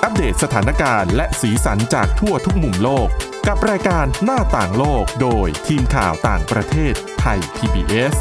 อัปเดตสถานการณ์และสีสันจากทั่วทุกมุมโลกกับรายการหน้าต่างโลกโดยทีมข่าวต่างประเทศไทย PBS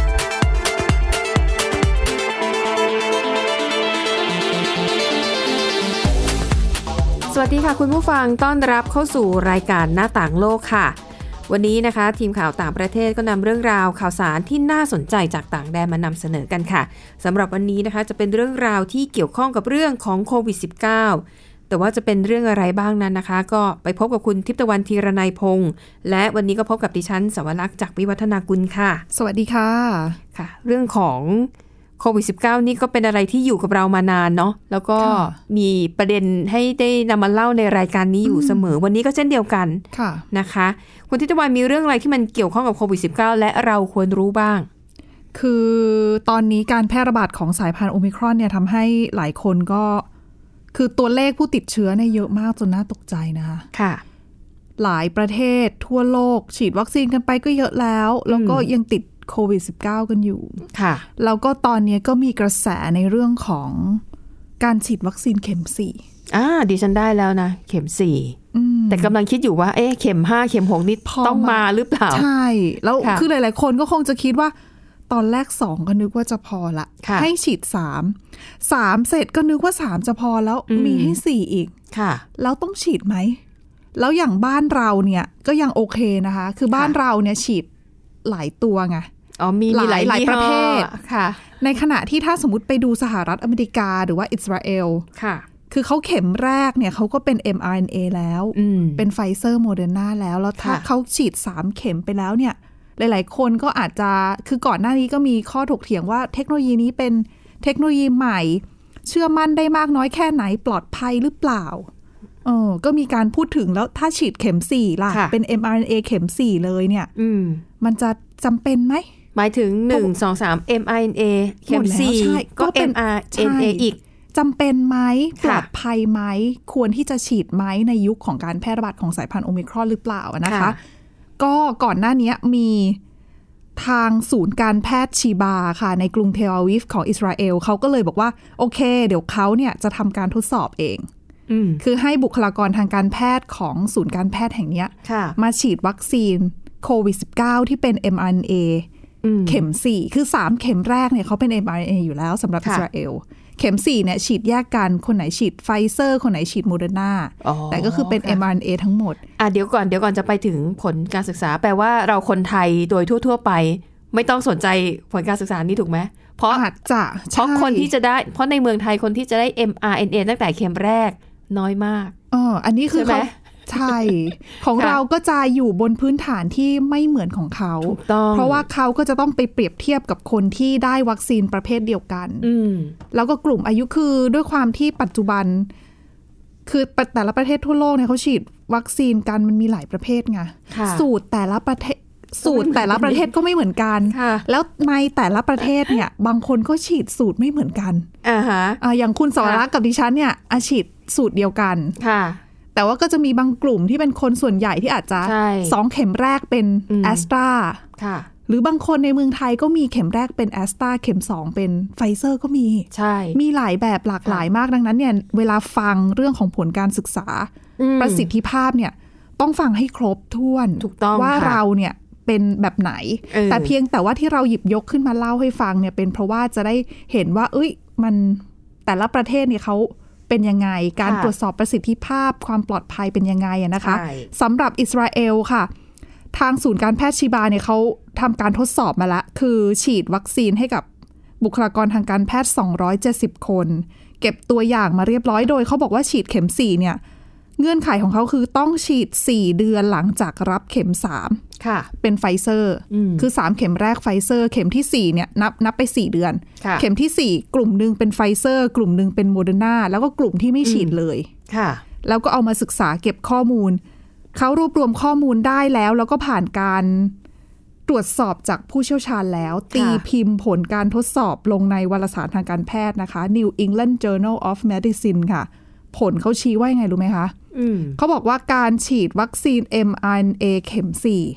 สวัสดีค่ะคุณผู้ฟังต้อนรับเข้าสู่รายการหน้าต่างโลกค่ะวันนี้นะคะทีมข่าวต่างประเทศก็นำเรื่องราวข่าวสารที่น่าสนใจจากต่างแดนมานำเสนอกันค่ะสำหรับวันนี้นะคะจะเป็นเรื่องราวที่เกี่ยวข้องกับเรื่องของโควิด -19 แต่ว่าจะเป็นเรื่องอะไรบ้างนั้นนะคะก็ไปพบกับคุณทิพย์ตะวันธีรนัยพงษ์และวันนี้ก็พบกับดิฉันสวรักษ์จากวิวัฒนากุลค่ะสวัสดีค่ะค่ะเรื่องของโควิด -19 นี่ก็เป็นอะไรที่อยู่กับเรามานานเนาะแล้วก็มีประเด็นให้ได้นำมาเล่าในรายการนี้อยู่เสมอวันนี้ก็เช่นเดียวกันนะคะคุณทิพย์ตะวันมีเรื่องอะไรที่มันเกี่ยวข้องกับโควิด -19 และเราควรรู้บ้างคือตอนนี้การแพร่ระบาดของสายพันธุ์โอมิครอนเนี่ยทำให้หลายคนก็คือตัวเลขผู้ติดเชื้อเนี่ยเยอะมากจนน่าตกใจนะคะค่ะหลายประเทศทั่วโลกฉีดวัคซีนกันไปก็เยอะแล้วแล้วก็ยังติดโควิด -19 กันอยู่ค่ะแล้วก็ตอนนี้ก็มีกระแสในเรื่องของการฉีดวัคซีนเข็ม4 ดิฉันได้แล้วนะเข็ม4แต่กำลังคิดอยู่ว่าเข็ม5เข็ม6นี่ต้องมาหรือเปล่าใช่แล้วคือหลายๆคนก็คงจะคิดว่าตอนแรก2ก็นึกว่าจะพอละให้ฉีด3เสร็จก็นึกว่า3จะพอแล้วมีให้4อีกค่ะแล้วต้องฉีดไหมแล้วอย่างบ้านเราเนี่ยก็ยังโอเคนะคะคือบ้านเราเนี่ยฉีดหลายตัวไงมีหลายประเภทค่ะในขณะที่ถ้าสมมติไปดูสหรัฐอเมริกาหรือว่าอิสราเอลค่ะคือเขาเข็มแรกเนี่ยเขาก็เป็น mRNA แล้วเป็นไฟเซอร์โมเดอร์นาแล้วถ้าเขาฉีด3เข็มไปแล้วเนี่ยหลายๆคนก็อาจจะคือก่อนหน้านี้ก็มีข้อถกเถียงว่าเทคโนโลยีนี้เป็นเทคโนโลยีใหม่เชื่อมั่นได้มากน้อยแค่ไหนปลอดภัยหรือเปล่าก็มีการพูดถึงแล้วถ้าฉีดเข็ม4ล่ะเป็น mRNA เข็ม4เลยเนี่ยมันจะจำเป็นไหมหมายถึง1 2 3 mRNA เข็ม4ก็ mRNA อีกจำเป็นไหมปลอดภัยไหมควรที่จะฉีดไหมในยุคของการแพร่ระบาดของสายพันธุ์โอมิครอนหรือเปล่านะคะก็ก่อนหน้านี้มีทางศูนย์การแพทย์ชีบาค่ะในกรุงเทลอาวิฟของอิสราเอลเขาก็เลยบอกว่าโอเคเดี๋ยวเขาเนี่ยจะทำการทดสอบเองคือให้บุคลากรทางการแพทย์ของศูนย์การแพทย์แห่งนี้มาฉีดวัคซีนโควิด -19 ที่เป็น mRNA เข็ม4คือ3เข็มแรกเนี่ยเขาเป็น mRNA อยู่แล้วสำหรับอิสราเอลเข็ม4เนี่ยฉีดแยกกันคนไหนฉีดไฟเซอร์คนไหนฉีดโมเดอร์นาแต่ก็คือเป็น mRNA ทั้งหมดเดี๋ยวก่อนจะไปถึงผลการศึกษาแปลว่าเราคนไทยโดยทั่วๆไปไม่ต้องสนใจผลการศึกษานี้ถูกไหมเพราะคนที่จะได้เพราะในเมืองไทยคนที่จะได้ mRNA ตั้งแต่เข็มแรกน้อยมากอันนี้คือใช่ของเราก็จะอยู่บนพื้นฐานที่ไม่เหมือนของเขาเพราะว่าเขาก็จะต้องไปเปรียบเทียบกับคนที่ได้วัคซีนประเภทเดียวกันแล้วก็กลุ่มอายุคือด้วยความที่ปัจจุบันคือแต่ละประเทศทั่วโลกเนี่ยเขาฉีดวัคซีนกันมันมีหลายประเภทไงสูตรแต่ละประเทศก็ไม่เหมือนกันแล้วในแต่ละประเทศเนี่ยบางคนก็ฉีดสูตรไม่เหมือนกันอย่างคุณสวรักษ์กับดิฉันเนี่ยฉีดสูตรเดียวกันแต่ว่าก็จะมีบางกลุ่มที่เป็นคนส่วนใหญ่ที่อาจจะ2เข็มแรกเป็นแอสตราหรือบางคนในเมืองไทยก็มีเข็มแรกเป็นแอสตราเข็ม2เป็นไฟเซอร์ก็มีมีหลายแบบหลากหลายมากดังนั้นเนี่ยเวลาฟังเรื่องของผลการศึกษาประสิทธิภาพเนี่ยต้องฟังให้ครบถ้วนว่าเราเนี่ยเป็นแบบไหนแต่เพียงแต่ว่าที่เราหยิบยกขึ้นมาเล่าให้ฟังเนี่ยเป็นเพราะว่าจะได้เห็นว่ามันแต่ละประเทศเนี่ยเขาเป็นยังไงการตรวจสอบประสิทธิภาพความปลอดภัยเป็นยังไงนะคะสำหรับอิสราเอลค่ะทางศูนย์การแพทย์ชีบาเนี่ยเขาทำการทดสอบมาแล้วคือฉีดวัคซีนให้กับบุคลากรทางการแพทย์270คนเก็บตัวอย่างมาเรียบร้อยโดยเขาบอกว่าฉีดเข็ม4เนี่ยเงื่อนไขของเขาคือต้องฉีด4เดือนหลังจากรับเข็ม3เป็นไฟเซอร์คือ3เข็มแรกไฟเซอร์เข็มที่4เนี่ยนับไป4เดือนเข็มที่4กลุ่มนึงเป็นไฟเซอร์กลุ่มนึงเป็นโมเดอร์นาแล้วก็กลุ่มที่ไม่ฉีดเลยแล้วก็เอามาศึกษาเก็บข้อมูลเขารวบรวมข้อมูลได้แล้วก็ผ่านการตรวจสอบจากผู้เชี่ยวชาญแล้วตีพิมพ์ผลการทดสอบลงในวารสารทางการแพทย์นะคะ New England Journal of Medicine ค่ะผลเขาชี้ว่ายังไงรู้ไหมคะเขาบอกว่าการฉีดวัคซีน mRNA เข็ม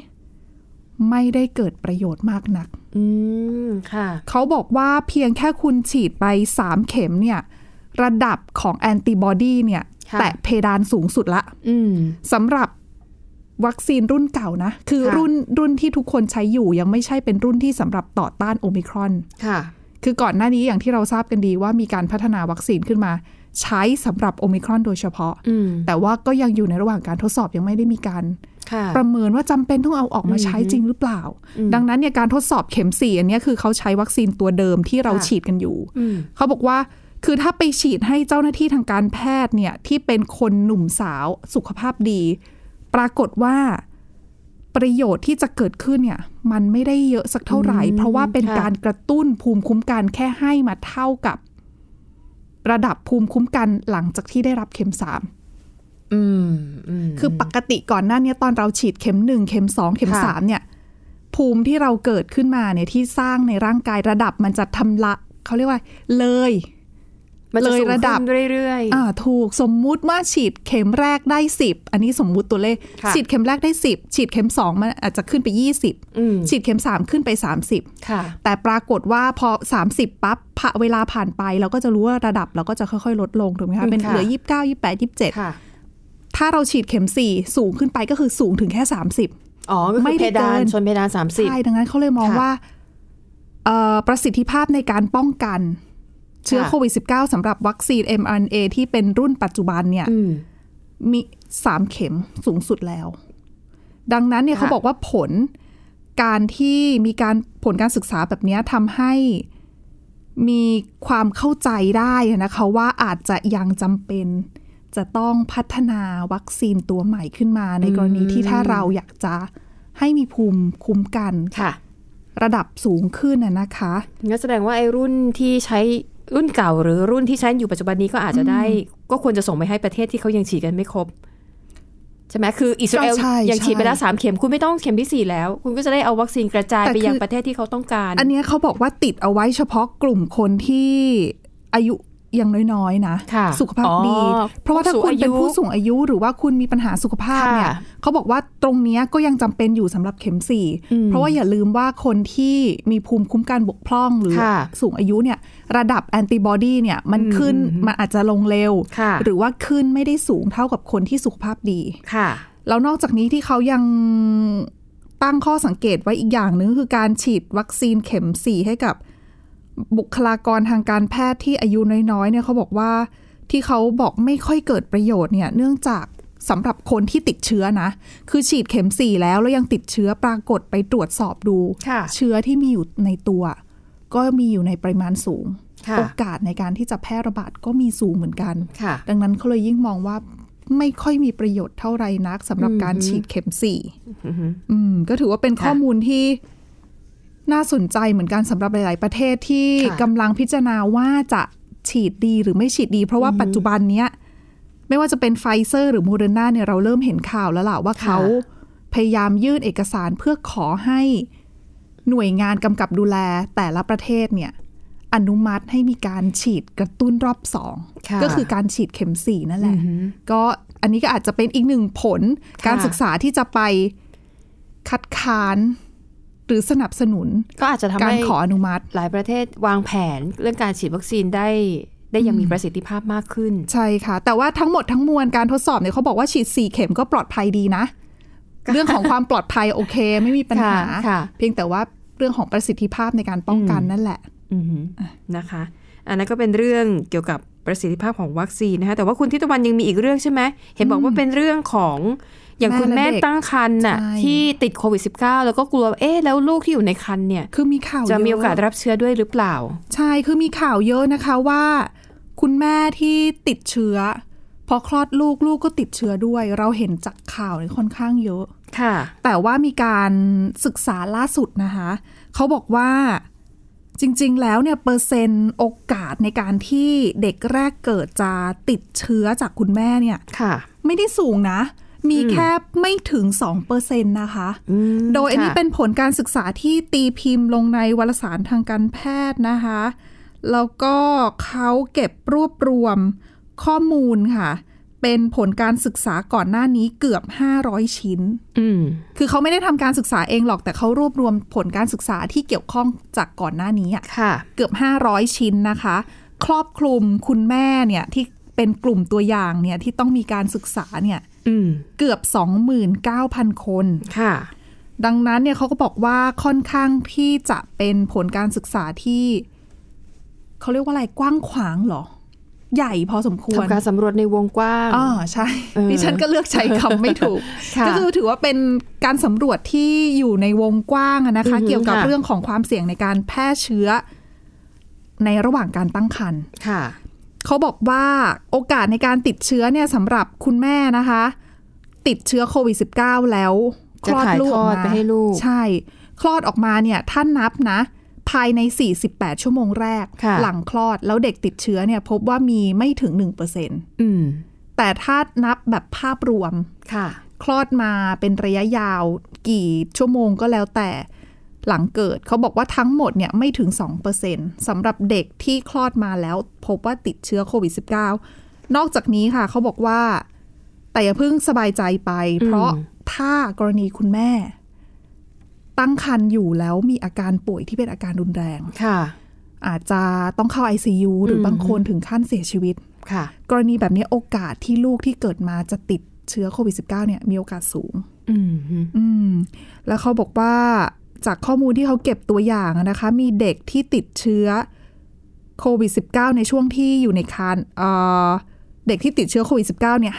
4ไม่ได้เกิดประโยชน์มากนักเขาบอกว่าเพียงแค่คุณฉีดไป3เข็มเนี่ยระดับของแอนติบอดีเนี่ยแตะเพดานสูงสุดละสำหรับวัคซีนรุ่นเก่านะคือรุ่นที่ทุกคนใช้อยู่ยังไม่ใช่เป็นรุ่นที่สำหรับต่อต้านโอมิครอนคือก่อนหน้านี้อย่างที่เราทราบกันดีว่ามีการพัฒนาวัคซีนขึ้นมาใช้สำหรับโอมิครอนโดยเฉพาะแต่ว่าก็ยังอยู่ในระหว่างการทดสอบยังไม่ได้มีการประเมินว่าจำเป็นต้องเอาออกมาใช้จริงหรือเปล่าดังนั้นเนี่ยการทดสอบเข็ม4อันนี้คือเขาใช้วัคซีนตัวเดิมที่เราฉีดกันอยู่เขาบอกว่าคือถ้าไปฉีดให้เจ้าหน้าที่ทางการแพทย์เนี่ยที่เป็นคนหนุ่มสาวสุขภาพดีปรากฏว่าประโยชน์ที่จะเกิดขึ้นเนี่ยมันไม่ได้เยอะสักเท่าไหร่เพราะว่าเป็นการกระตุ้นภูมิคุ้มกันแค่ให้มาเท่ากับระดับภูมิคุ้มกันหลังจากที่ได้รับเข็ม3คือปกติก่อนหน้านี้ตอนเราฉีดเข็ม1เข็ม2เข็ม3เนี่ยภูมิที่เราเกิดขึ้นมาเนี่ยที่สร้างในร่างกายระดับมันจะทำละเขาเรียกว่าเลยระดับเรื่อยๆถูกสมมุติว่าฉีดเข็มแรกได้10อันนี้สมมุติตัวเลขฉีดเข็มแรกได้10ฉีดเข็ม2มันอาจจะขึ้นไป20ฉีดเข็ม3ขึ้นไป30แต่ปรากฏว่าพอ30ปั๊บเวลาผ่านไปเราก็จะรู้ว่าระดับเราก็จะค่อยๆลดลงถูกไหมคะเป็นเหลือ29 28 27ถ้าเราฉีดเข็ม4สูงขึ้นไปก็คือสูงถึงแค่30 ก็คือเพดานชนเพดาน30 ใช่ดังนั้นเขาเลยมองว่าประสิทธิภาพในการป้องกันเชื้อโควิด -19 สำหรับวัคซีน mRNA ที่เป็นรุ่นปัจจุบันเนี่ยมี3เข็มสูงสุดแล้วดังนั้นเนี่ยเขาบอกว่าผลการที่มีการผลการศึกษาแบบนี้ทำให้มีความเข้าใจได้นะคะว่าอาจจะยังจำเป็นจะต้องพัฒนาวัคซีนตัวใหม่ขึ้นมาในกรณีที่ถ้าเราอยากจะให้มีภูมิคุ้มกันระดับสูงขึ้นนะคะงั้นแสดงว่าไอ้รุ่นที่ใช้รุ่นเก่าหรือรุ่นที่ใช้อยู่ปัจจุบันนี้ก็อาจจะได้ก็ควรจะส่งไปให้ประเทศที่เขายังฉีดกันไม่ครบใช่ไหมคืออิสราเอลยังฉีดไปแล้ว3เข็มคุณไม่ต้องเข็มที่4แล้วคุณก็จะได้เอาวัคซีนกระจายไปยังประเทศที่เขาต้องการอันนี้เขาบอกว่าติดเอาไว้เฉพาะกลุ่มคนที่อายุยังน้อยๆนะสุขภาพดีเพราะว่าถ้าคุณเป็นผู้สูงอายุหรือว่าคุณมีปัญหาสุขภาพเนี่ยเขาบอกว่าตรงนี้ก็ยังจำเป็นอยู่สำหรับเข็ม4เพราะว่าอย่าลืมว่าคนที่มีภูมิคุ้มกันบกพร่องหรือสูงอายุเนี่ยระดับแอนติบอดีเนี่ยมันขึ้นมันอาจจะลงเร็วหรือว่าขึ้นไม่ได้สูงเท่ากับคนที่สุขภาพดีแล้วนอกจากนี้ที่เขายังตั้งข้อสังเกตไว้อีกอย่างนึงคือการฉีดวัคซีนเข็ม4ให้กับบุคลากรทางการแพทย์ที่อายุน้อยๆเนี่ยเขาบอกว่าที่เขาบอกไม่ค่อยเกิดประโยชน์เนี่ยเนื่องจากสำหรับคนที่ติดเชื้อนะคือฉีดเข็ม4แล้วยังติดเชื้อปรากฏไปตรวจสอบดูเชื้อที่มีอยู่ในตัวก็มีอยู่ในปริมาณสูงโอกาสในการที่จะแพร่ระบาดก็มีสูงเหมือนกันดังนั้นเขาเลยยิ่งมองว่าไม่ค่อยมีประโยชน์เท่าไรนักสำหรับการฉีดเข็ม4ก็ถือว่าเป็นข้อมูลที่น่าสนใจเหมือนกันสำหรับหลายๆประเทศที่กำลังพิจารณาว่าจะฉีดดีหรือไม่ฉีดดีเพราะว่าปัจจุบันนี้ไม่ว่าจะเป็นไฟเซอร์หรือโมเดอร์นาเนี่ยเราเริ่มเห็นข่าวแล้วล่ะว่าเขาพยายามยื่นเอกสารเพื่อขอให้หน่วยงานกำกับดูแลแต่ละประเทศเนี่ยอนุมัติให้มีการฉีดกระตุ้นรอบ2ก็คือการฉีดเข็ม4นั่นแหละก็อันนี้ก็อาจจะเป็นอีกหนึ่งผลการศึกษาที่จะไปคัดค้านหรือสนับสนุนก็อาจจะทำให้การขออนุมัติหลายประเทศวางแผนเรื่องการฉีดวัคซีนได้ยังมีประสิทธิภาพมากขึ้นใช่ค่ะแต่ว่าทั้งหมดทั้งมวลการทดสอบเนี่ยเขาบอกว่าฉีด4เข็มก็ปลอดภัยดีนะเรื่องของความปลอดภัยโอเคไม่มีปัญหาเพียงแต่ว่าเรื่องของประสิทธิภาพในการป้องกันนั่นแหละนะคะอันนั้นก็เป็นเรื่องเกี่ยวกับประสิทธิภาพของวัคซีนนะคะแต่ว่าคุณทิตวันยังมีอีกเรื่องใช่ไหมเห็นบอกว่าเป็นเรื่องของอย่างคุณแม่ตั้งครรภ์น่ะที่ติดโควิด -19 แล้วก็กลัวแล้วลูกที่อยู่ในครรภ์เนี่ยคือมีข่าวจะมีโอกาสรับเชื้อด้วยหรือเปล่าใช่คือมีข่าวเยอะนะคะว่าคุณแม่ที่ติดเชื้อพอคลอดลูกก็ติดเชื้อด้วยเราเห็นจากข่าวค่อนข้างเยอะค่ะแต่ว่ามีการศึกษาล่าสุดนะคะเขาบอกว่าจริงๆแล้วเนี่ยเปอร์เซ็นต์โอกาสในการที่เด็กแรกเกิดจะติดเชื้อจากคุณแม่เนี่ยไม่ได้สูงนะมีแค่ไม่ถึง 2% นะคะโดยอันนี้เป็นผลการศึกษาที่ตีพิมพ์ลงในวารสารทางการแพทย์นะคะแล้วก็เขาเก็บรวบรวมข้อมูลค่ะเป็นผลการศึกษาก่อนหน้านี้เกือบ500ชิ้นคือเขาไม่ได้ทำการศึกษาเองหรอกแต่เขารวบรวมผลการศึกษาที่เกี่ยวข้องจากก่อนหน้านี้เกือบ500ชิ้นนะคะครอบคลุมคุณแม่เนี่ยที่เป็นกลุ่มตัวอย่างเนี่ยที่ต้องมีการศึกษาเนี่ยเกือบ 29,000 คนค่ะดังนั้นเนี่ยเขาก็บอกว่าค่อนข้างที่จะเป็นผลการศึกษาที่เขาเรียกว่าอะไรกว้างขวางเหรอใหญ่พอสมควรทำการสำรวจในวงกว้างใช่ดิฉันก็เลือกใช้คำไม่ถูก ก็คือถือว่าเป็นการสำรวจที่อยู่ในวงกว้างนะคะเกี่ยวกับเรื่องของความเสี่ยงในการแพร่เชื้อในระหว่างการตั้งครรภ์เขาบอกว่าโอกาสในการติดเชื้อเนี่ยสำหรับคุณแม่นะคะติดเชื้อโควิด -19 แล้วคลอดลูกออกมาใช่คลอดออกมาเนี่ยท่านนับนะภายใน48ชั่วโมงแรกหลังคลอดแล้วเด็กติดเชื้อเนี่ยพบว่ามีไม่ถึง 1% แต่ถ้านับแบบภาพรวมคลอดมาเป็นระยะยาวกี่ชั่วโมงก็แล้วแต่หลังเกิดเขาบอกว่าทั้งหมดเนี่ยไม่ถึง 2% สำหรับเด็กที่คลอดมาแล้วพบว่าติดเชื้อโควิด -19 นอกจากนี้ค่ะเขาบอกว่าแต่อย่าเพิ่งสบายใจไปเพราะถ้ากรณีคุณแม่ตั้งครรภ์อยู่แล้วมีอาการป่วยที่เป็นอาการรุนแรงอาจจะต้องเข้า ICU หรือบางคนถึงขั้นเสียชีวิตกรณีแบบนี้โอกาสที่ลูกที่เกิดมาจะติดเชื้อโควิด -19 เนี่ยมีโอกาสสูงแล้วเขาบอกว่าจากข้อมูลที่เขาเก็บตัวอย่างนะคะมีเด็กที่ติดเชื้อโควิด -19 ในช่วงที่อยู่ในครรภ์เด็กที่ติดเชื้อโควิด -19 เนี่ย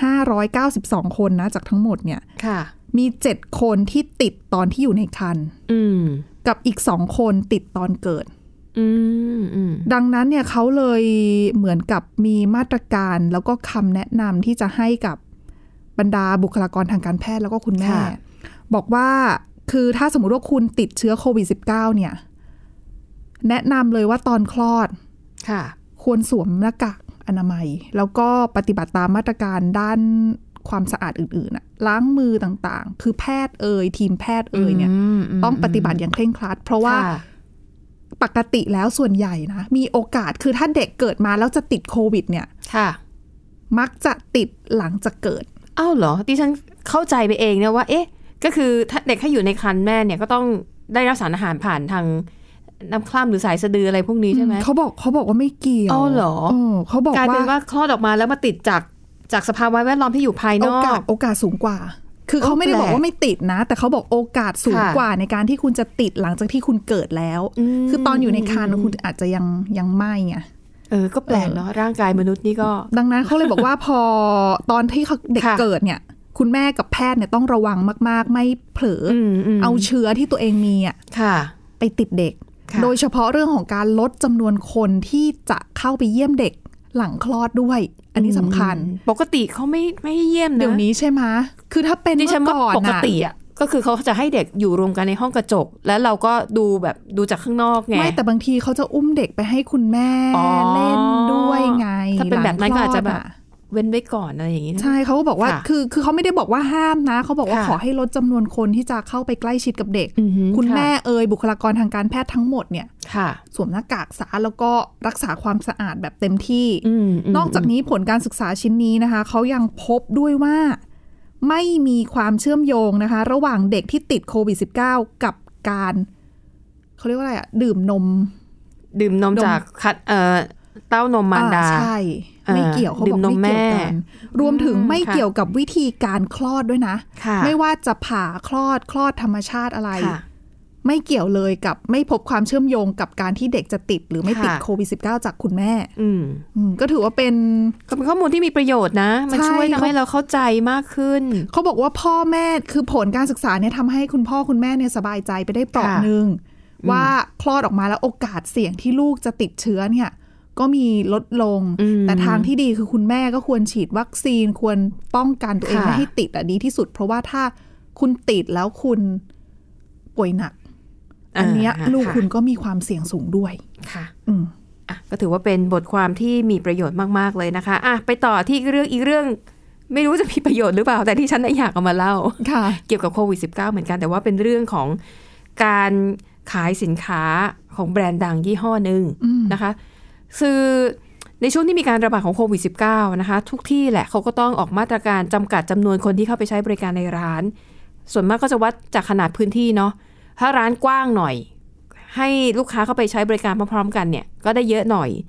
592คนนะจากทั้งหมดเนี่ยมี7คนที่ติดตอนที่อยู่ในครรภ์กับอีก2คนติดตอนเกิดดังนั้นเนี่ยเขาเลยเหมือนกับมีมาตรการแล้วก็คำแนะนำที่จะให้กับบรรดาบุคลากรทางการแพทย์แล้วก็คุณแม่บอกว่าคือถ้าสมมุติว่าคุณติดเชื้อโควิด -19 เนี่ยแนะนำเลยว่าตอนคลอดควรสวมหน้ากากอนามัยแล้วก็ปฏิบัติตามมาตรการด้านความสะอาดอื่นๆล้างมือต่างๆคือแพทย์ทีมแพทย์เนี่ยต้องปฏิบัติอย่างเคร่งครัดเพราะว่าปกติแล้วส่วนใหญ่นะมีโอกาสคือถ้าเด็กเกิดมาแล้วจะติดโควิดเนี่ยมักจะติดหลังจากเกิดอ้าวเหรอดิฉันเข้าใจไปเองเนี่ยว่าเอ๊ะก็คือถ้าเด็กให้อยู่ในครรภ์แม่เนี่ยก็ต้องได้รับสารอาหารผ่านทางน้ำคร่ำหรือสายสะดืออะไรพวกนี้ใช่ไหมเขาบอกว่าไม่เกี่ยวอ๋อเหรอเขาบอกว่ากลายเป็นว่าคลอดออกมาแล้วมาติดจากสภาวะแวดล้อมที่อยู่ภายนอกโอกาสสูงกว่าคือเขาไม่ได้บอกว่าไม่ติดนะแต่เขาบอกโอกาสสูงกว่าในการที่คุณจะติดหลังจากที่คุณเกิดแล้วคือตอนอยู่ในครรภ์คุณอาจจะยังไม่ไงก็แปลกเนาะร่างกายมนุษย์นี่ก็ดังนั้นเขาเลยบอกว่าพอตอนที่เด็กเกิดเนี่ยคุณแม่กับแพทย์เนี่ยต้องระวังมากๆไม่เผลอเอาเชื้อที่ตัวเองมีไปติดเด็กโดยเฉพาะเรื่องของการลดจำนวนคนที่จะเข้าไปเยี่ยมเด็กหลังคลอดด้วยอันนี้สำคัญปกติเขาไม่เยี่ยมนะเดี๋ยวนี้ใช่ไหมคือถ้าเป็นเมื่อก่อนปกติอ่ะก็คือเขาจะให้เด็กอยู่รวมกันในห้องกระจกแล้วเราก็ดูจากข้างนอกไงไม่แต่บางทีเขาจะอุ้มเด็กไปให้คุณแม่เล่นด้วยไงถ้าเป็นแบบนั้นก็อาจจะแบบเว้นไว้ก่อนอะไรอย่างนี้ใช่เขาก็บอกว่าคือเขาไม่ได้บอกว่าห้ามนะเขาบอกว่าขอให้ลดจำนวนคนที่จะเข้าไปใกล้ชิดกับเด็กคุณแม่บุคลากรทางการแพทย์ทั้งหมดเนี่ยสวมหน้ากากแล้วก็รักษาความสะอาดแบบเต็มที่นอกจากนี้ผลการศึกษาชิ้นนี้นะคะเขายังพบด้วยว่าไม่มีความเชื่อมโยงนะคะระหว่างเด็กที่ติดโควิด -19 กับการเขาเรียกว่าอะไรดื่มนมจากเต้านมมารดาใช่ไม่เกี่ยวเขาบอกไม่เกี่ยวกันรวมถึงไม่เกี่ยวกับวิธีการคลอดด้วยนะไม่ว่าจะผ่าคลอดธรรมชาติอะไรไม่เกี่ยวเลยกับไม่พบความเชื่อมโยงกับการที่เด็กจะติดหรือไม่ติดโควิด -19 จากคุณแม่ก็ถือว่าเป็นข้อมูลที่มีประโยชน์นะมันช่วยทำให้เราเข้าใจมากขึ้นเขาบอกว่าพ่อแม่คือผลการศึกษาเนี่ยทำให้คุณพ่อคุณแม่เนี่ยสบายใจไปได้เปราะนึงว่าคลอดออกมาแล้วโอกาสเสี่ยงที่ลูกจะติดเชื้อเนี่ยก็มีลดลงแต่ทางที่ดีคือคุณแม่ก็ควรฉีดวัคซีนควรป้องกันตัวเองไม่ให้ติดดีที่สุดเพราะว่าถ้าคุณติดแล้วคุณป่วยหนักอันนี้ลูกคุณก็มีความเสี่ยงสูงด้วยค่ะก็ถือว่าเป็นบทความที่มีประโยชน์มากๆเลยนะคะไปต่อที่อีกเรื่องไม่รู้จะมีประโยชน์หรือเปล่าแต่ที่ฉันอยากเอามาเล่าเกี่ยวกับโควิด -19 เหมือนกันแต่ว่าเป็นเรื่องของการขายสินค้าของแบรนด์ดังยี่ห้อนึงนะคะคือในช่วงที่มีการระบาดของโควิด -19 นะคะทุกที่แหละเขาก็ต้องออกมาตรการจำกัดจำนวนคนที่เข้าไปใช้บริการในร้านส่วนมากก็จะวัดจากขนาดพื้นที่เนาะถ้าร้านกว้างหน่อยให้ลูกค้าเข้าไปใช้บริการพร้อมๆกันเนี่ยก็ได้เยอะหน่อย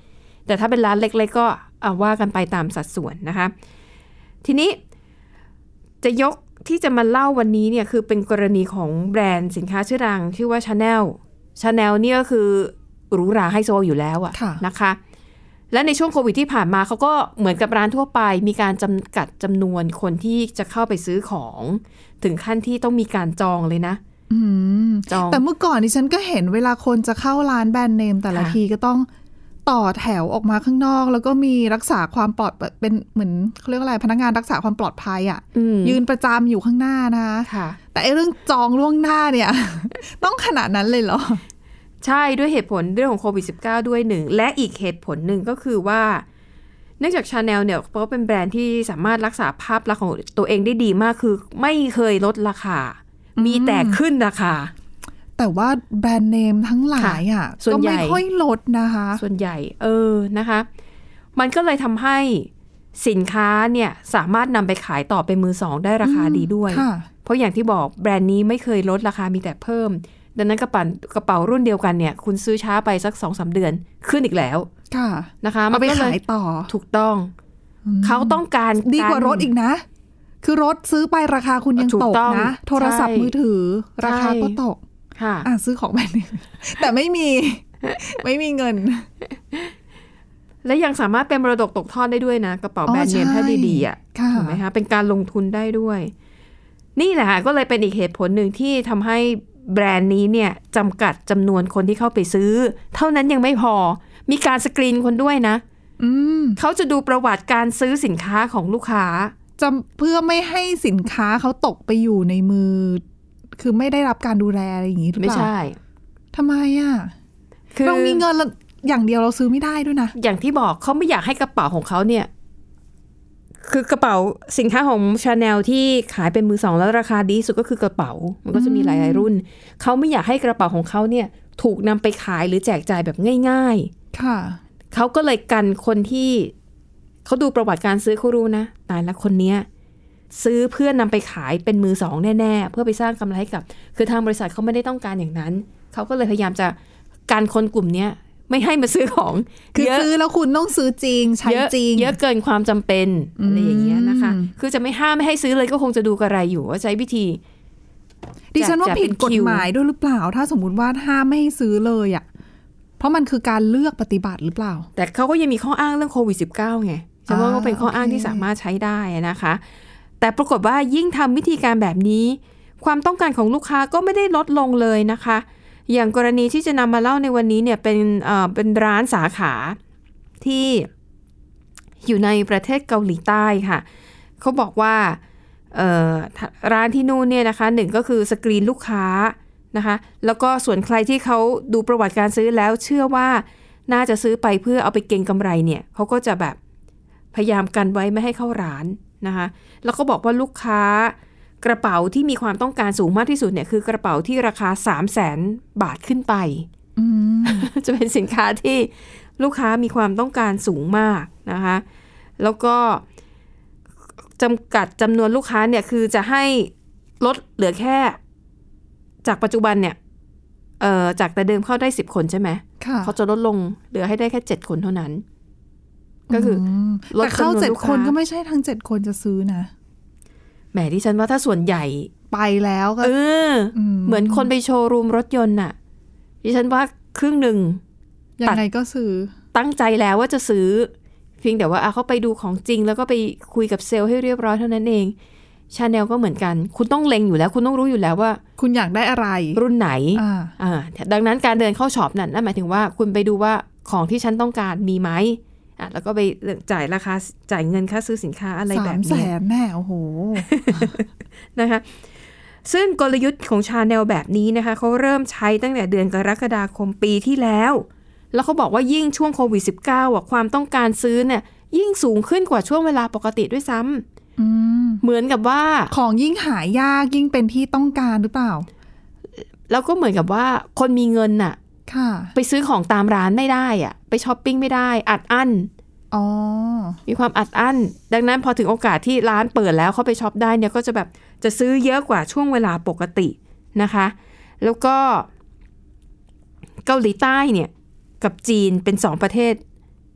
แต่ถ้าเป็นร้านเล็กๆก็ว่ากันไปตามสัดส่วนนะคะทีนี้จะยกที่จะมาเล่าวันนี้เนี่ยคือเป็นกรณีของแบรนด์สินค้าชื่อดังชื่อว่า Chanel นี่ก็คือหรูหราไฮโซอยู่แล้วนะคะและในช่วงโควิดที่ผ่านมาเขาก็เหมือนกับร้านทั่วไปมีการจำกัดจำนวนคนที่จะเข้าไปซื้อของถึงขั้นที่ต้องมีการจองเลยนะจองแต่เมื่อก่อนดิฉันก็เห็นเวลาคนจะเข้าร้านแบรนด์เนมแต่ละทีก็ต้องต่อแถวออกมาข้างนอกแล้วก็มีรักษาความปลอดเป็นเหมือนเขาเรียกอะไรพนักงานรักษาความปลอดภัยยืนประจำอยู่ข้างหน้านะคะแต่เรื่องจองล่วงหน้าเนี่ย ต้องขนาดนั้นเลยเหรอใช่ด้วยเหตุผลเรื่องของโควิด -19 ด้วยหนึ่งและอีกเหตุผลหนึ่งก็คือว่าเนื่องจาก Chanel เนี่ยเพราะเป็นแบรนด์ที่สามารถรักษาภาพลักษณ์ของตัวเองได้ดีมากคือไม่เคยลดราคามีแต่ขึ้นราคาแต่ว่าแบรนด์เนมทั้งหลายก็ไม่ค่อยลดนะคะส่วนใหญ่นะคะมันก็เลยทำให้สินค้าเนี่ยสามารถนำไปขายต่อเป็นมือสองได้ราคาดีด้วยเพราะอย่างที่บอกแบรนด์นี้ไม่เคยลดราคามีแต่เพิ่มดังนั้นกระเป๋ารุ่นเดียวกันเนี่ยคุณซื้อช้าไปสัก 2-3 เดือนขึ้นอีกแล้วนะคะเอาไปขายต่อถูกต้องเขาต้องการดีกว่ารถอีกนะคือรถซื้อไปราคาคุณยังตกนะโทรศัพท์มือถือราคาก็ตกซื้อของแบรนด์เนมแต่ไม่มีเงินและยังสามารถเป็นมรดกตกทอดได้ด้วยนะกระเป๋าแบรนด์เนมถ้าดีๆถูกไหมคะเป็นการลงทุนได้ด้วยนี่แหละก็เลยเป็นอีกเหตุผลหนึ่งที่ทำให้แบรนด์นี้เนี่ยจำกัดจำนวนคนที่เข้าไปซื้อเท่านั้นยังไม่พอมีการสกรีนคนด้วยนะเขาจะดูประวัติการซื้อสินค้าของลูกค้าเพื่อไม่ให้สินค้าเขาตกไปอยู่ในมือคือไม่ได้รับการดูแลอะไรอย่างนี้ถูกปะไม่ใช่ทำไมคือเรามีเงินอย่างเดียวเราซื้อไม่ได้ด้วยนะอย่างที่บอกเขาไม่อยากให้กระเป๋าของเขาเนี่ยคือกระเป๋าสินค้าของ Chanel ที่ขายเป็นมือสองแล้วราคาดีสุดก็คือกระเป๋ามันก็จะมีหลายๆรุ่นเขาไม่อยากให้กระเป๋าของเขาเนี่ยถูกนำไปขายหรือแจกจ่ายแบบง่ายๆค่ะเขาก็เลยกันคนที่เขาดูประวัติการซื้อเขารู้นะตายแล้วคนเนี้ยซื้อเพื่อนำไปขายเป็นมือสองแน่ๆเพื่อไปสร้างกำไรให้กับคือทางบริษัทเขาไม่ได้ต้องการอย่างนั้นเขาก็เลยพยายามจะกันคนกลุ่มนี้ไม่ให้มาซื้อของคือซื้อแล้วคุณต้องซื้อจริงใช้จริงเยอะเกินความจำเป็นอะไรอย่างเงี้ยนะคะคือจะไม่ห้ามไม่ให้ซื้อเลยก็คงจะดูกระไรอยู่ว่าใช้วิธีดิฉันว่าผิดกฎหมายด้วยหรือเปล่าถ้าสมมุติว่าห้ามไม่ให้ซื้อเลยเพราะมันคือการเลือกปฏิบัติหรือเปล่าแต่เขาก็ยังมีข้ออ้างเรื่องโควิด -19 ไงฉันว่าก็เป็นข้ออ้างที่สามารถใช้ได้นะคะแต่ปรากฏว่ายิ่งทำวิธีการแบบนี้ความต้องการของลูกค้าก็ไม่ได้ลดลงเลยนะคะอย่างกรณีที่จะนำมาเล่าในวันนี้เนี่ยเป็นร้านสาขาที่อยู่ในประเทศเกาหลีใต้ค่ะเขาบอกว่าร้านที่นู่นเนี่ยนะคะหนึ่งก็คือสกรีนลูกค้านะคะแล้วก็ส่วนใครที่เขาดูประวัติการซื้อแล้วเชื่อว่าน่าจะซื้อไปเพื่อเอาไปเก็งกำไรเนี่ยเขาก็จะแบบพยายามกันไว้ไม่ให้เข้าร้านนะคะแล้วก็บอกว่าลูกค้ากระเป๋าที่มีความต้องการสูงมากที่สุดเนี่ยคือกระเป๋าที่ราคา 300,000 บาทขึ้นไปจะเป็นสินค้าที่ลูกค้ามีความต้องการสูงมากนะคะแล้วก็จำกัดจำนวนลูกค้าเนี่ยคือจะให้ลดเหลือแค่จากปัจจุบันเนี่ยจากแต่เดิมเข้าได้10 คนใช่ไหมเขาจะลดลงเหลือให้ได้แค่7 คนเท่านั้นก็คือลดจำนวนลูกค้าแต่เข้า7 คนก็ไม่ใช่ทั้ง7 คนจะซื้อนะแหมดิฉันว่าถ้าส่วนใหญ่ไปแล้วก็เหมือนคนไปโชว์รูมรถยนต์น่ะดิฉันว่าครึ่งหนึ่งยังไงก็ซื้อตั้งใจแล้วว่าจะซื้อเพียงแต่ว่าเขาไปดูของจริงแล้วก็ไปคุยกับเซลล์ให้เรียบร้อยเท่านั้นเอง Chanel ก็เหมือนกันคุณต้องเล็งอยู่แล้วคุณต้องรู้อยู่แล้วว่าคุณอยากได้อะไรรุ่นไหนดังนั้นการเดินเข้าช็อปนั่นหมายถึงว่าคุณไปดูว่าของที่ฉันต้องการมีไหมแล้วก็ไปจ่ายราคาจ่ายเงินค่าซื้อสินค้าอะไรแบบนี้ 300,000แน่โอ้โหนะคะซึ่งกลยุทธ์ของ Chanel แบบนี้นะคะเขาเริ่มใช้ตั้งแต่เดือนกรกฎาคมปีที่แล้วเขาบอกว่ายิ่งช่วงโควิด -19 ความต้องการซื้อเนี่ยยิ่งสูงขึ้นกว่าช่วงเวลาปกติด้วยซ้ำเหมือนกับว่าของยิ่งหายากยิ่งเป็นที่ต้องการหรือเปล่าแล้วก็เหมือนกับว่าคนมีเงินน่ะไปซื้อของตามร้านไม่ได้อะไปช้อปปิ้งไม่ได้อัดอั้นมีความอัดอั้นดังนั้นพอถึงโอกาสที่ร้านเปิดแล้วเขาไปช็อปได้เนี่ยก็จะแบบจะซื้อเยอะกว่าช่วงเวลาปกตินะคะแล้วก็เกาหลีใต้เนี่ยกับจีนเป็น2 ประเทศ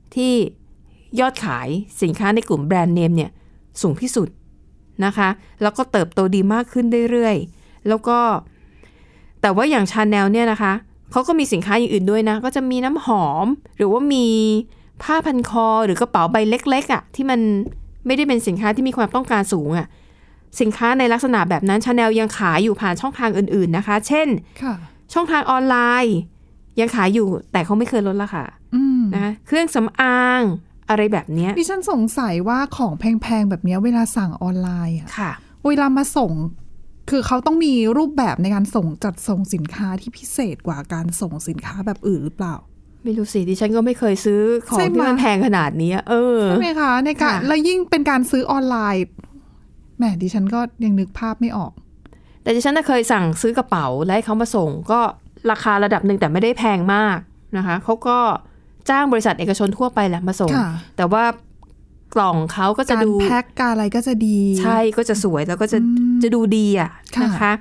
ที่ยอดขายสินค้าในกลุ่มแบรนด์เนมเนี่ยสูงที่สุดนะคะแล้วก็เติบโตดีมากขึ้นเรื่อยๆแล้วก็แต่ว่าอย่าง Chanel เนี่ยนะคะเขาก็มีสินค้าอย่างอื่นด้วยนะก็จะมีน้ำหอมหรือว่ามีผ้าพันคอหรือกระเป๋าใบเล็กๆอ่ะที่มันไม่ได้เป็นสินค้าที่มีความต้องการสูงอ่ะสินค้าในลักษณะแบบนั้น Chanel ยังขายอยู่ผ่านช่องทางอื่นๆนะคะเช่นช่องทางออนไลน์ยังขายอยู่แต่เขาไม่เคยลดราคานะเครื่องสำอางอะไรแบบนี้ดิฉันสงสัยว่าของแพงๆแบบนี้เวลาสั่งออนไลน์อ่ะเวลามาส่งคือเขาต้องมีรูปแบบในการจัดส่งสินค้าที่พิเศษกว่าการส่งสินค้าแบบอื่นหรือเปล่าไม่รู้สิดิฉันก็ไม่เคยซื้อของที่มันแพงขนาดนี้ใช่ไหมคะในการแล้วยิ่งเป็นการซื้อออนไลน์แหมดิฉันก็ยังนึกภาพไม่ออกแต่ดิฉันเคยสั่งซื้อกระเป๋าและให้เขามาส่งก็ราคาระดับหนึ่งแต่ไม่ได้แพงมากนะคะเขาก็จ้างบริษัทเอกชนทั่วไปแหละมาส่งแต่ว่ากล่องเขาก็จะดูการแพ็คการอะไรก็จะดีใช่ก็จะสวยแล้วก็จะดูดีอ่ะนะคะ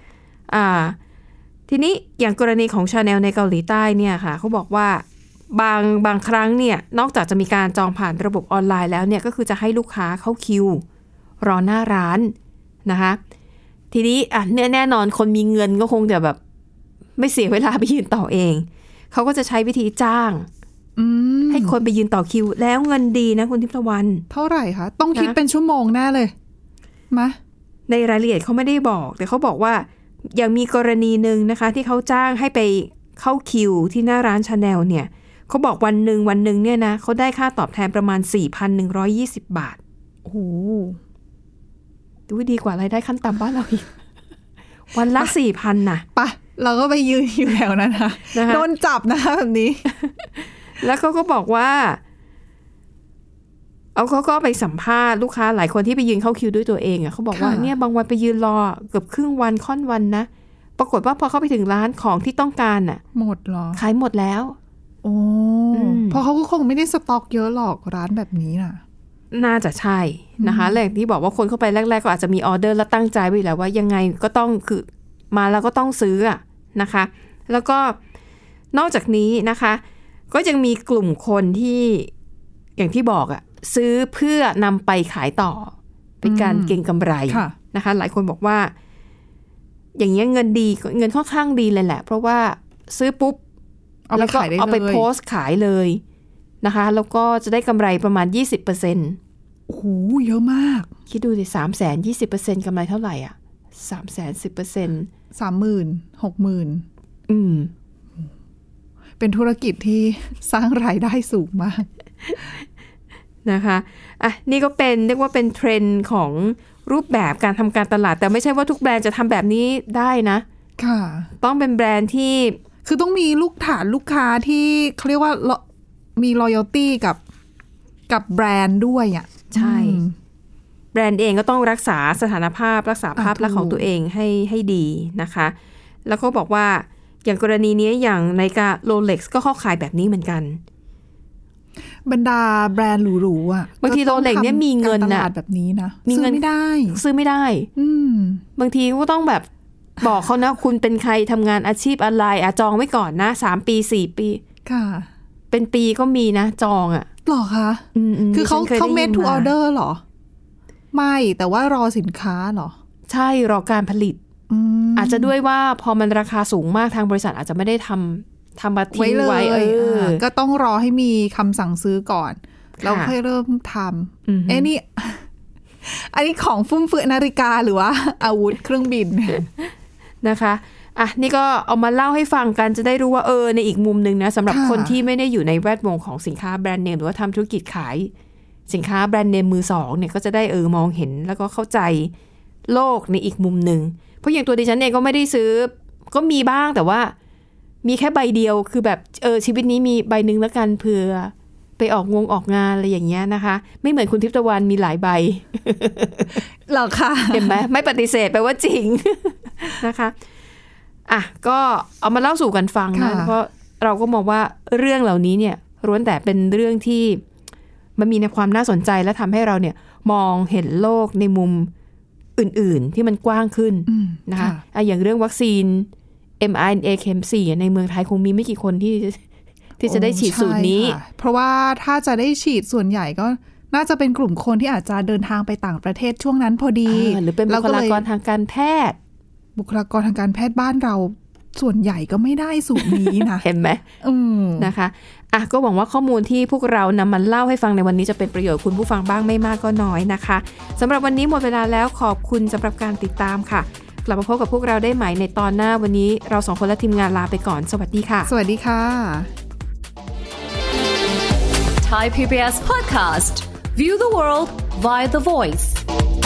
ทีนี้อย่างกรณีของ Chanel ในเกาหลีใต้เนี่ยค่ะเขาบอกว่าบางครั้งเนี่ยนอกจากจะมีการจองผ่านระบบออนไลน์แล้วเนี่ยก็คือจะให้ลูกค้าเข้าคิวรอหน้าร้านนะคะทีนี้แน่นอนคนมีเงินก็คงจะแบบไม่เสียเวลาไปยืนต่อเองเขาก็จะใช้วิธีจ้างให้คนไปยืนต่อคิวแล้วเงินดีนะคุณทิพย์วันเท่าไหร่คะต้องคิดเป็นชั่วโมงแน่เลยมะในรายละเอียดเขาไม่ได้บอกแต่เขาบอกว่ายังมีกรณีหนึ่งนะคะที่เขาจ้างให้ไปเข้าคิวที่หน้าร้าน Chanel เนี่ยเขาบอกวันหนึ่งเนี่ยนะเขาได้ค่าตอบแทนประมาณ 4,120 บาทโอ้โหดูดีกว่ารายได้ขั้นต่ำบ้านเราอีกวันละ 4,000 น่ะปะเราก็ไปยืนอยู่แถวนั้นนะโดนจับนะคะแบบนี้แล้วเขาก็บอกว่าเขาก็ไปสัมภาษณ์ลูกค้าหลายคนที่ไปยืนเข้าคิวด้วยตัวเองเขาบอกว่าเนี่ยบางวันไปยืนรอเกือบครึ่งวันค่อนวันนะปรากฏว่าพอเข้าไปถึงร้านของที่ต้องการน่ะหมดหรอขายหมดแล้วโอ้เพราะเขาก็คงไม่ได้สต็อกเยอะหรอกร้านแบบนี้น่ะน่าจะใช่นะคะแหล่งที่บอกว่าคนเข้าไปแรกๆก็อาจจะมีออเดอร์แล้วตั้งใจไว้แล้วว่ายังไงก็ต้องคือมาแล้วก็ต้องซื้อนะคะแล้วก็นอกจากนี้นะคะก็ยังมีกลุ่มคนที่อย่างที่บอกซื้อเพื่อนำไปขายต่อเป็นการเก็งกำไรนะคะหลายคนบอกว่าอย่างเงี้ยเงินดีเงินค่อนข้างดีเลยแหละเพราะว่าซื้อปุ๊บแล้วก็เอาไปโพสต์ขายเลยนะคะแล้วก็จะได้กำไรประมาณ 20% โอ้โหเยอะมากคิดดูสิ 300,000 20% กำไรเท่าไหร่อ่ะ 300,000 10% 30,000 60,000เป็นธุรกิจที่สร้างรายได้สูงมากนะคะนี่ก็เป็นเรียกว่าเป็นเทรนด์ของรูปแบบการทำการตลาดแต่ไม่ใช่ว่าทุกแบรนด์จะทำแบบนี้ได้นะค่ะต้องเป็นแบรนด์ที่คือต้องมีฐานลูกค้าที่เขาเรียกว่ามี loyalty กับแบรนด์ด้วยใช่แบรนด์เองก็ต้องรักษาสถานภาพรักษาภาพลักษณ์ของตัวเองให้ดีนะคะแล้วก็บอกว่าอย่างกรณีนี้อย่างในกาโรเล็กซ์ก็เข้าขายแบบนี้เหมือนกันบรรดาแบรนด์หรูๆบางทีโรเล็กซ์เนี่ยมีเงินนะแบบนี้นะซื้อไม่ได้บางทีก็ต้องแบบบอกเขานะคุณเป็นใครทำงานอาชีพอะไรจองไว้ก่อนนะ3 ปี4 ปีค่ะเป็นปีก็มีนะจองหรอคะคือเขา made to order หรอไม่แต่ว่ารอสินค้าหรอใช่รอการผลิตอาจจะด้วยว่าพอมันราคาสูงมากทางบริษัทอาจจะไม่ได้ทำมาทิ้งไว้ก็ต้องรอให้มีคำสั่งซื้อก่อนแล้วค่อยเริ่มทำนี่อันนี้ของฟุ่มเฟือยนาฬิกาหรือว่าอาวุธเครื่องบินนะคะนี่ก็เอามาเล่าให้ฟังกันจะได้รู้ว่าในอีกมุมนึงนะสำหรับคนที่ไม่ได้อยู่ในแวดวงของสินค้าแบรนด์เนมหรือว่าทำธุรกิจขายสินค้าแบรนด์เนมมือสองเนี่ยก็จะได้มองเห็นแล้วก็เข้าใจโลกในอีกมุมนึงเพราะอย่างตัวดิฉันเองก็ไม่ได้ซื้อก็มีบ้างแต่ว่ามีแค่ใบเดียวคือแบบชีวิตนี้มีใบนึงแล้วกันเผื่อไปออกงานอะไรอย่างเงี้ยนะคะไม่เหมือนคุณทิพย์ตะวันมีหลายใบหรอคะเห็นไหมไม่ปฏิเสธแปลว่าจริงนะคะก็เอามาเล่าสู่กันฟังนะเพราะเราก็มองว่าเรื่องเหล่านี้เนี่ยล้วนแต่เป็นเรื่องที่มันมีในความน่าสนใจและทำให้เราเนี่ยมองเห็นโลกในมุมอื่นๆที่มันกว้างขึ้นนะคะอย่างเรื่องวัคซีน mRNA เข็ม 4ในเมืองไทยคงมีไม่กี่คนที่ที่จะได้ฉีดสูตรนี้เพราะว่าถ้าจะได้ฉีดส่วนใหญ่ก็น่าจะเป็นกลุ่มคนที่อาจจะเดินทางไปต่างประเทศช่วงนั้นพอดีหรือเป็นบุคลากรทางการแพทย์บ้านเราส่วนใหญ่ก็ไม่ได้สูตรนี้นะเห็นไหมนะคะก็หวังว่าข้อมูลที่พวกเรานำมาเล่าให้ฟังในวันนี้จะเป็นประโยชน์คุณผู้ฟังบ้างไม่มากก็น้อยนะคะสำหรับวันนี้หมดเวลาแล้วขอบคุณสำหรับการติดตามค่ะกลับมาพบกับพวกเราได้ใหม่ในตอนหน้าวันนี้เรา2คนและทีมงานลาไปก่อนสวัสดีค่ะสวัสดีค่ะ Thai PBS Podcast View the world via the voice